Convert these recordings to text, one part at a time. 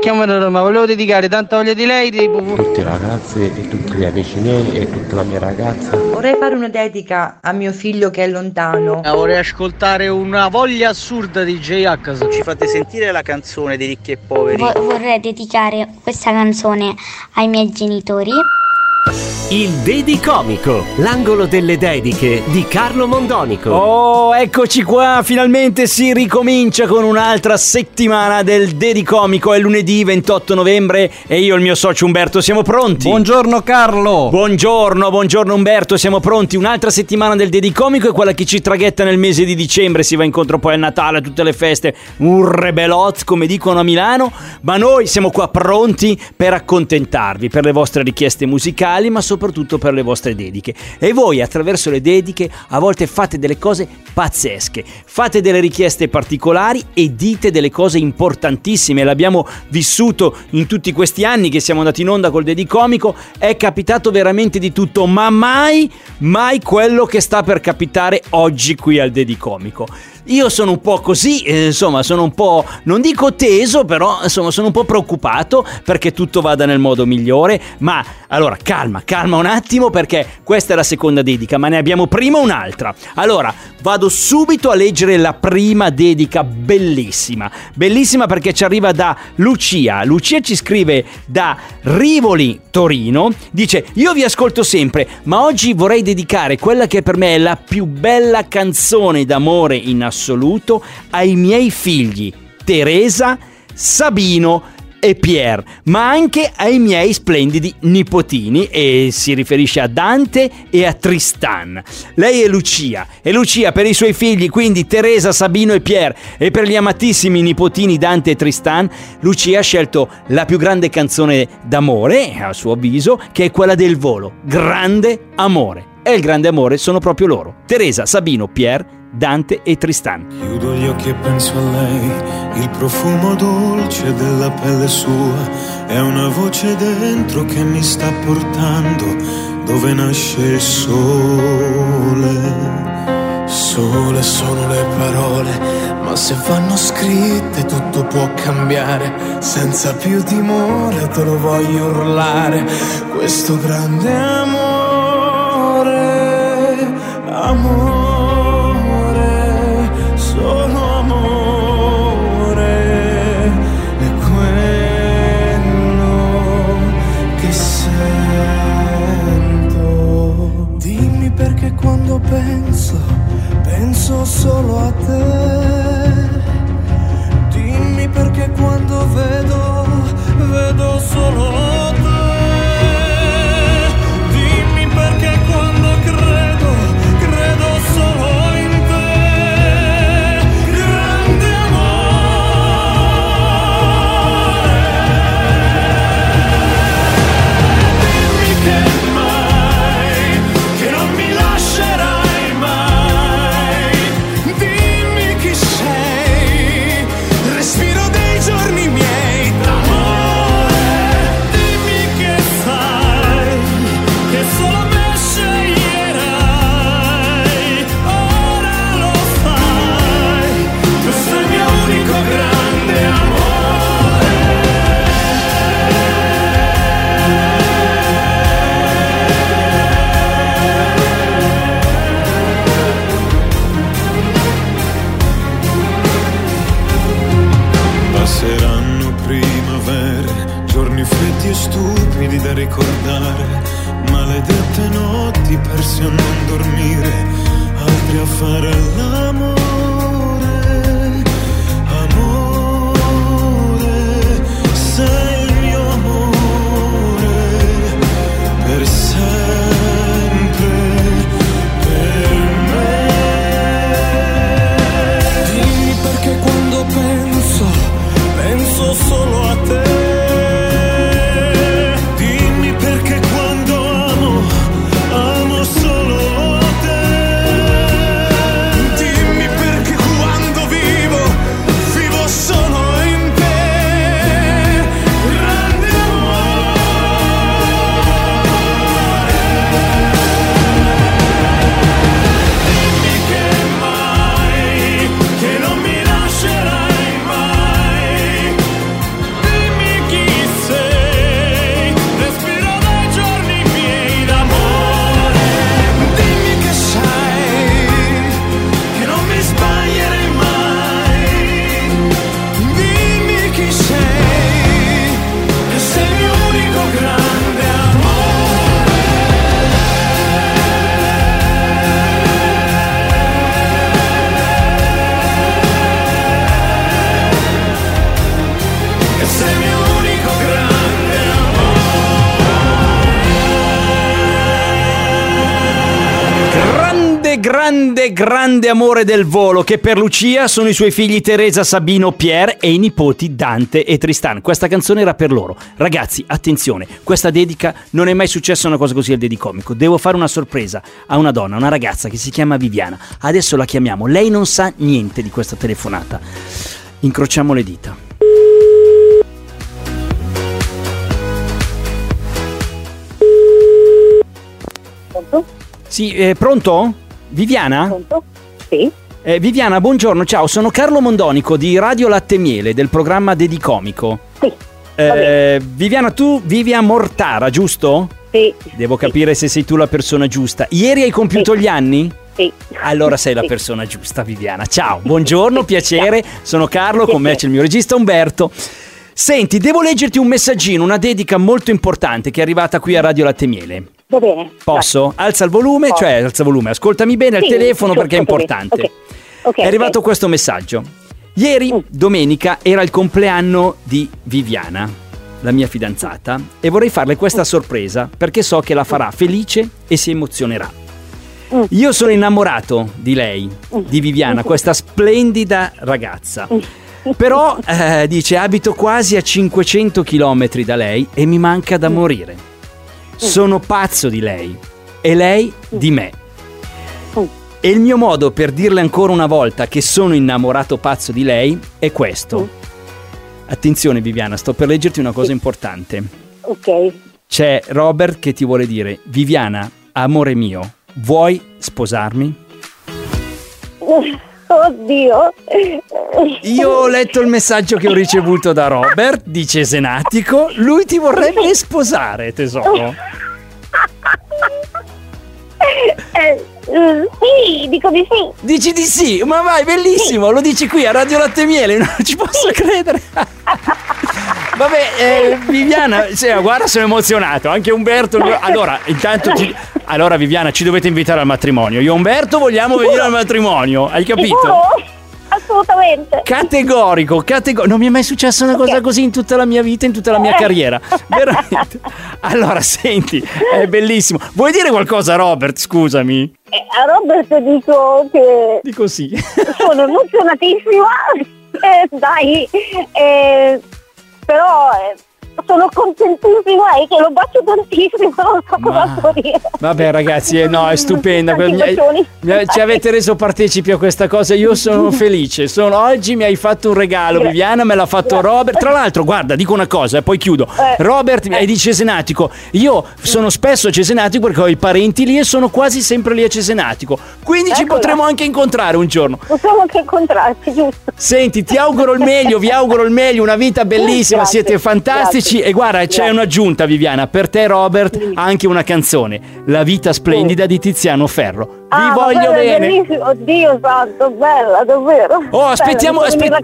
chiamo da Roma, volevo dedicare tanta voglia di lei tutte le ragazze e tutti gli amici miei e tutta la mia ragazza. Vorrei fare una dedica a mio figlio che è lontano. Vorrei ascoltare una voglia assurda di J-H. Ci fate sentire la canzone dei ricchi e poveri? Vorrei dedicare questa canzone ai miei genitori. Il Dedicomico, l'angolo delle dediche di Carlo Mondonico. Oh, eccoci qua, finalmente si ricomincia con un'altra settimana del Dedicomico. È lunedì 28 novembre e io e il mio socio Umberto siamo pronti. Buongiorno Carlo. Buongiorno Umberto, siamo pronti. Un'altra settimana del Dedicomico è quella che ci traghetta nel mese di dicembre. Si va incontro poi a Natale, a tutte le feste, un rebelot come dicono a Milano. Ma noi siamo qua pronti per accontentarvi, per le vostre richieste musicali, ma soprattutto per le vostre dediche. E voi attraverso le dediche a volte fate delle cose pazzesche, fate delle richieste particolari e dite delle cose importantissime. L'abbiamo vissuto in tutti questi anni che siamo andati in onda col Dedicomico. È capitato veramente di tutto, ma mai quello che sta per capitare oggi qui al Dedicomico. Io sono un po' così, insomma, sono un po', non dico teso, però insomma sono un po' preoccupato perché tutto vada nel modo migliore. Ma allora calma un attimo, perché questa è la seconda dedica, ma ne abbiamo prima un'altra. Allora vado subito a leggere la prima dedica, bellissima perché ci arriva da Lucia. Lucia ci scrive da Rivoli, Torino. Dice: io vi ascolto sempre, ma oggi vorrei dedicare quella che per me è la più bella canzone d'amore in assoluto ai miei figli Teresa, Sabino e Pier, ma anche ai miei splendidi nipotini, e si riferisce a Dante e a Tristan. Lei è Lucia, e Lucia per i suoi figli, quindi Teresa, Sabino e Pier, e per gli amatissimi nipotini Dante e Tristan, Lucia ha scelto la più grande canzone d'amore, a suo avviso, che è quella del volo, Grande Amore. E il grande amore sono proprio loro, Teresa, Sabino, Pier, Dante e Tristan. Chiudo gli occhi e penso a lei, il profumo dolce della pelle sua, è una voce dentro che mi sta portando dove nasce il sole. Sole sono le parole, ma se vanno scritte tutto può cambiare. Senza più timore te lo voglio urlare, questo grande amore, amore. Solo amore è quello che sento. Dimmi perché quando penso solo a te. Dimmi perché quando vedo solo te. Dimmi perché quando credo solo in te. Passeranno primavere, giorni freddi e stupidi da ricordare, maledette notti persi a non dormire, altri a fare l'amore. Amore, sei il mio amore, per sempre, per me. Dimmi perché quando penso solo a te. Dimmi perché quando amo solo te. Dimmi perché e sei il mio unico grande amore. Grande amore del volo, che per Lucia sono i suoi figli Teresa, Sabino, Pierre e i nipoti Dante e Tristan. Questa canzone era per loro. Ragazzi, attenzione, questa dedica non è mai successa una cosa così al Dedicomico. Devo fare una sorpresa a una donna, una ragazza che si chiama Viviana. Adesso la chiamiamo, lei non sa niente di questa telefonata. Incrociamo le dita. Pronto? Sì, pronto? Viviana? Pronto? Sì. Viviana, buongiorno, ciao, sono Carlo Mondonico di Radio Latte Miele del programma Dedicomico. Sì. Viviana, tu vivi a Mortara, giusto? Sì. Devo capire se sei tu la persona giusta. Ieri hai compiuto gli anni? Sì. Allora sei la persona giusta, Viviana. Ciao, buongiorno, piacere. Sono Carlo, con me c'è il mio regista Umberto. Senti, devo leggerti un messaggino, una dedica molto importante che è arrivata qui a Radio Latte Miele. Va bene. Posso? Alza il volume, alza il volume, ascoltami bene al telefono perché è importante. Okay, è arrivato questo messaggio. Ieri, domenica, era il compleanno di Viviana, la mia fidanzata, e vorrei farle questa sorpresa perché so che la farà felice e si emozionerà. Io sono innamorato di lei, di Viviana, questa splendida ragazza. Però, dice, abito quasi a 500 chilometri da lei e mi manca da morire. Sono pazzo di lei e lei di me. E il mio modo per dirle ancora una volta che sono innamorato pazzo di lei è questo. Attenzione Viviana, sto per leggerti una cosa importante. Ok. C'è Robert che ti vuole dire: Viviana, amore mio, vuoi sposarmi? Oddio. Io ho letto il messaggio che ho ricevuto da Robert di Cesenatico. Lui ti vorrebbe sposare, tesoro. Sì, dico di sì. Dici di sì, ma vai, bellissimo, lo dici qui a Radio Latte Miele, non ci posso credere. Vabbè, Viviana, guarda, sono emozionato, anche Umberto. Allora, intanto allora Viviana, ci dovete invitare al matrimonio. Io e Umberto vogliamo venire al matrimonio, hai capito? Assolutamente. Categorico. Non mi è mai successa una cosa così in tutta la mia vita, in tutta la mia carriera. Veramente. Allora, senti, è bellissimo. Vuoi dire qualcosa a Robert, scusami? A Robert dico che... Dico sì. Sono emozionatissima. Dai. Però... sono contentissima e che lo bacio tantissimo, non so cosa dire. Vabbè ragazzi, no, è stupenda. Ci avete reso partecipi a questa cosa, io sono felice. Oggi mi hai fatto un regalo, Viviana, me l'ha fatto Robert. Tra l'altro, guarda, dico una cosa e poi chiudo. Robert è di Cesenatico. Io sono spesso a Cesenatico perché ho i parenti lì e sono quasi sempre lì a Cesenatico. Quindi ci potremo anche incontrare un giorno. Possiamo anche incontrarci, giusto? Senti, ti auguro il meglio, vi auguro il meglio, una vita bellissima, siete fantastici. E guarda, c'è un'aggiunta, Viviana, per te Robert, anche una canzone, La vita splendida di Tiziano Ferro. Vi voglio bene. Bellissimo, Dio santo, bella, davvero. Aspettiamo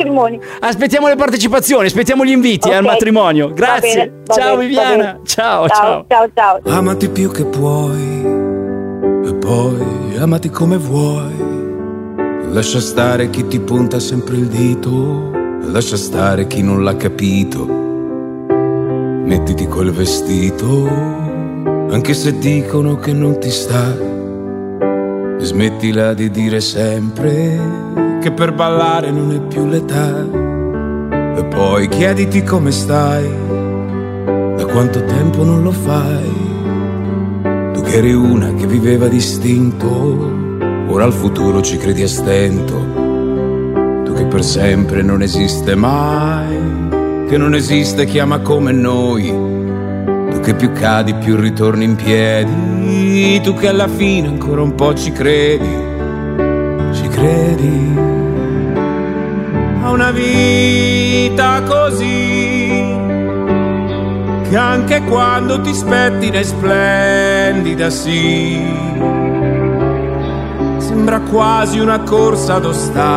le partecipazioni, aspettiamo gli inviti al matrimonio. Grazie. Ciao Viviana. Ciao. Amati più che puoi e poi amati come vuoi. Lascia stare chi ti punta sempre il dito, lascia stare chi non l'ha capito. Mettiti quel vestito, anche se dicono che non ti sta. E smettila di dire sempre che per ballare non è più l'età. E poi chiediti come stai, da quanto tempo non lo fai. Tu che eri una che viveva distinto, ora al futuro ci credi a stento. Tu che per sempre non esiste mai, che non esiste chi ama come noi. Tu che più cadi più ritorni in piedi. Tu che alla fine ancora un po' ci credi. Ci credi a una vita così, che anche quando ti spettina è splendida, sì. Sembra quasi una corsa ad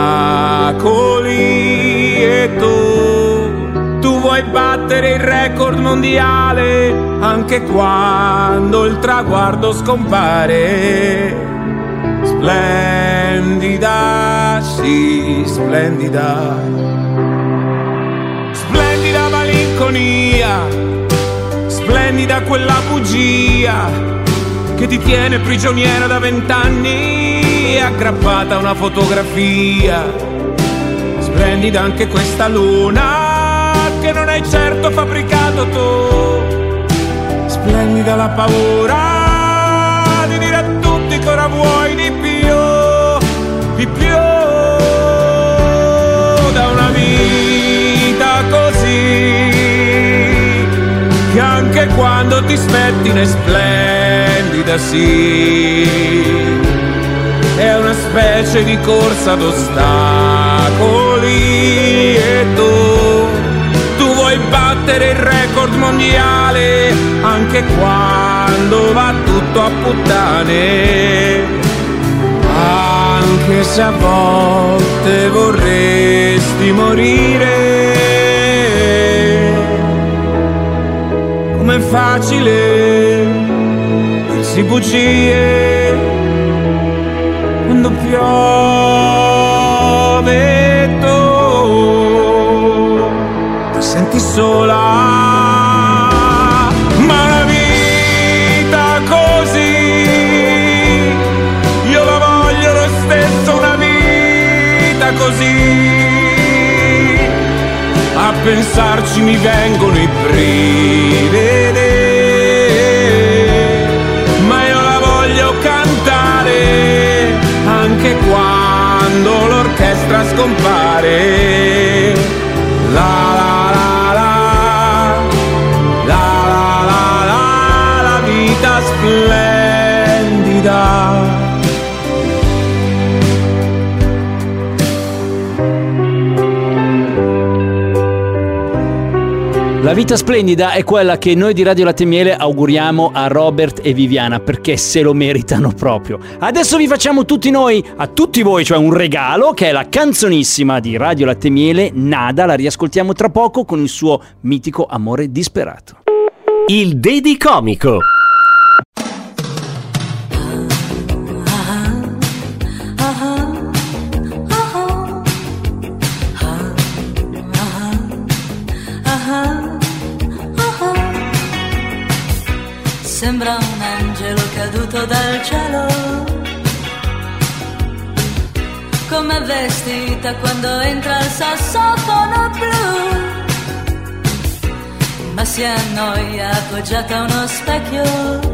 ostacoli e tu vuoi battere il record mondiale anche quando il traguardo scompare. Splendida, sì, splendida. Splendida, malinconia, splendida quella bugia che ti tiene prigioniera da 20 anni, aggrappata a una fotografia. Splendida anche questa luna che non hai certo fabbricato tu. Splendida la paura di dire a tutti che ora vuoi di più da una vita così, che anche quando ti spettine splendida sì, è una specie di corsa ad ostacoli e tu vuoi battere il record mondiale anche quando va tutto a puttane, anche se a volte vorresti morire. Com'è facile dirsi bugie quando piove, tu ti senti sola, ma una vita così io la voglio lo stesso, una vita così. A pensarci mi vengono i brividi, ma io la voglio cantare anche quando l'orchestra scompare. La la la la, la la la la, la vita splendida. La vita splendida è quella che noi di Radio Latte e Miele auguriamo a Robert e Viviana, perché se lo meritano proprio. Adesso vi facciamo tutti noi, a tutti voi, cioè un regalo, che è la canzonissima di Radio Latte e Miele, Nada. La riascoltiamo tra poco con il suo mitico Amore disperato. Il Dedicomico. Sembra un angelo caduto dal cielo, com'è vestita quando entra il sassofono blu, ma si annoia appoggiata a uno specchio,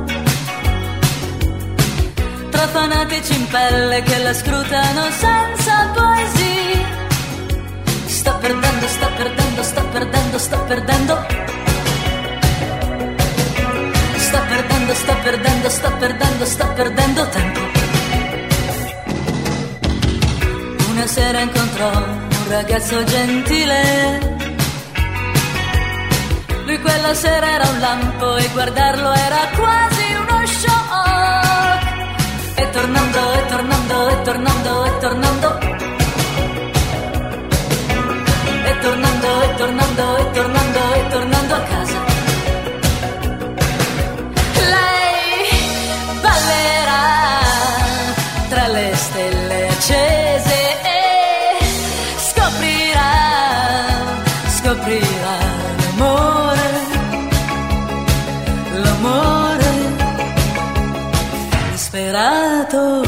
tra fanatici in pelle che la scrutano senza poesia. Sta perdendo, sta perdendo, sta perdendo, sta perdendo. Sta perdendo, sta perdendo, sta perdendo, sta perdendo tempo. Una sera incontrò un ragazzo gentile. Lui quella sera era un lampo e guardarlo era quasi uno shock. E tornando, e tornando, e tornando, e tornando. E tornando, e tornando, e tornando, e tornando a casa. Tra le stelle accese e scoprirà l'amore disperato.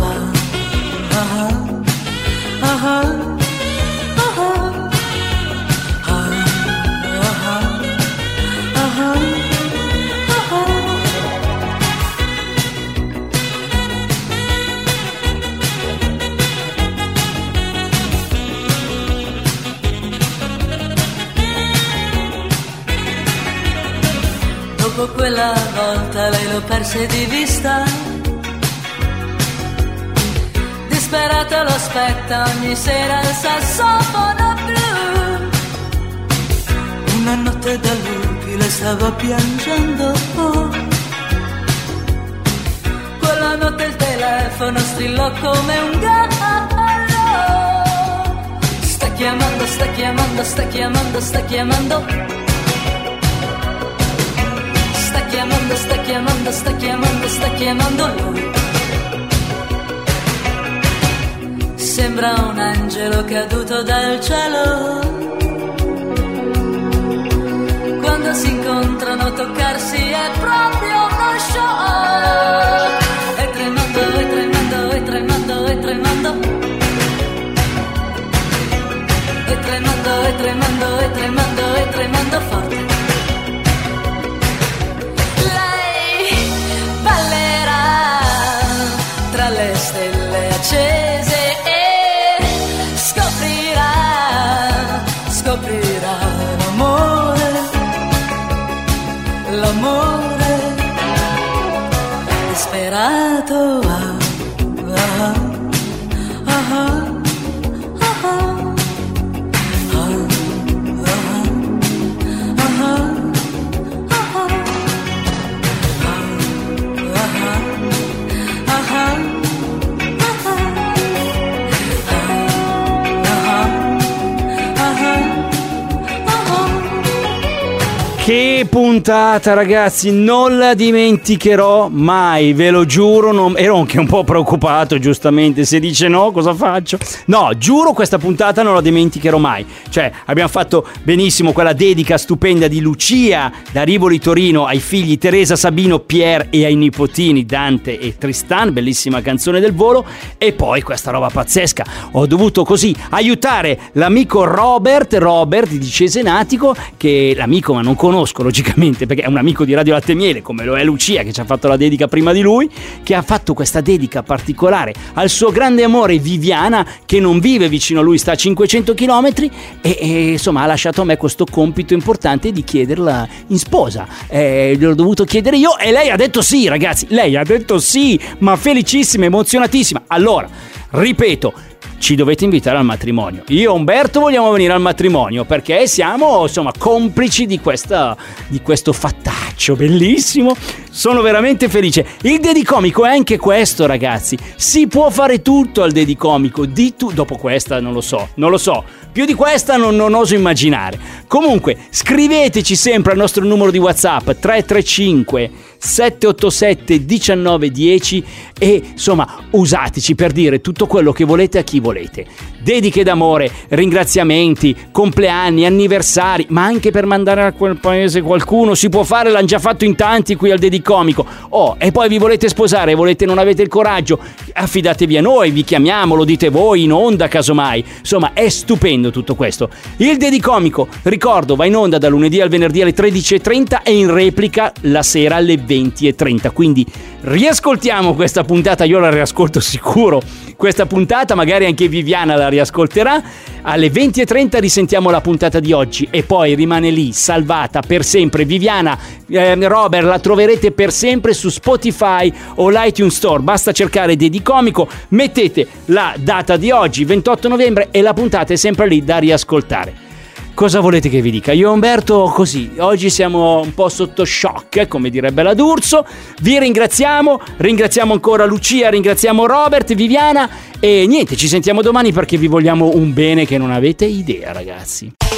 Dopo quella volta lei lo perse di vista, disperata lo aspetta ogni sera il sassofono blu. Una notte da lupi le stava piangendo, quella notte il telefono strillò come un gallo. Sta chiamando, sta chiamando, sta chiamando, sta chiamando. Sta chiamando, sta chiamando, sta chiamando, sta chiamando lui. Sembra un angelo caduto dal cielo. Quando sì, è proprio uno show. È tremando, è tremando, è tremando, è tremando. È tremando, è tremando, è tremando, è tremando forte. Lei ballerà tra le stelle accese e scoprirà l'amore disperato. Che puntata, ragazzi, non la dimenticherò mai, ve lo giuro. Ero anche un po' preoccupato, giustamente, se dice no cosa faccio? No, giuro, questa puntata non la dimenticherò mai. Cioè, abbiamo fatto benissimo quella dedica stupenda di Lucia da Rivoli Torino ai figli Teresa, Sabino, Pier e ai nipotini Dante e Tristan, bellissima canzone del volo. E poi questa roba pazzesca, ho dovuto così aiutare l'amico Robert di Cesenatico, che l'amico ma non conosco logicamente perché è un amico di Radio Latte e Miele, come lo è Lucia che ci ha fatto la dedica prima di lui, che ha fatto questa dedica particolare al suo grande amore Viviana, che non vive vicino a lui, sta a 500 km e insomma ha lasciato a me questo compito importante di chiederla in sposa. Gliel'ho dovuto chiedere io e lei ha detto sì, ragazzi, lei ha detto sì, ma felicissima, emozionatissima. Allora, ripeto, ci dovete invitare al matrimonio. Io e Umberto vogliamo venire al matrimonio perché siamo insomma complici di questo fattaccio bellissimo. Sono veramente felice. Il Dedicomico è anche questo, ragazzi. Si può fare tutto al Dedicomico. Dopo questa non lo so. Più di questa non oso immaginare. Comunque scriveteci sempre al nostro numero di WhatsApp 335 787 1910 e insomma usateci per dire tutto quello che volete a chi volete. Dediche d'amore, ringraziamenti, compleanni, anniversari, ma anche per mandare a quel paese qualcuno si può fare, l'hanno già fatto in tanti qui al Dedicomico. E poi vi volete sposare, non avete il coraggio, affidatevi a noi, vi chiamiamo, lo dite voi in onda casomai. Insomma, è stupendo tutto questo. Il Dedicomico, ricordo, va in onda da lunedì al venerdì alle 13:30 e in replica la sera alle 20:30. Quindi riascoltiamo questa puntata, io la riascolto sicuro questa puntata, magari anche Viviana la riascolterà. Alle 20:30 risentiamo la puntata di oggi e poi rimane lì salvata per sempre. Viviana, Robert, la troverete per sempre su Spotify o l'iTunes Store, basta cercare Dedicomico, mettete la data di oggi 28 novembre e la puntata è sempre lì da riascoltare. Cosa volete che vi dica? Io e Umberto così, oggi siamo un po' sotto shock, come direbbe la D'Urso. Vi ringraziamo ancora Lucia, ringraziamo Robert, Viviana e niente, ci sentiamo domani perché vi vogliamo un bene che non avete idea, ragazzi.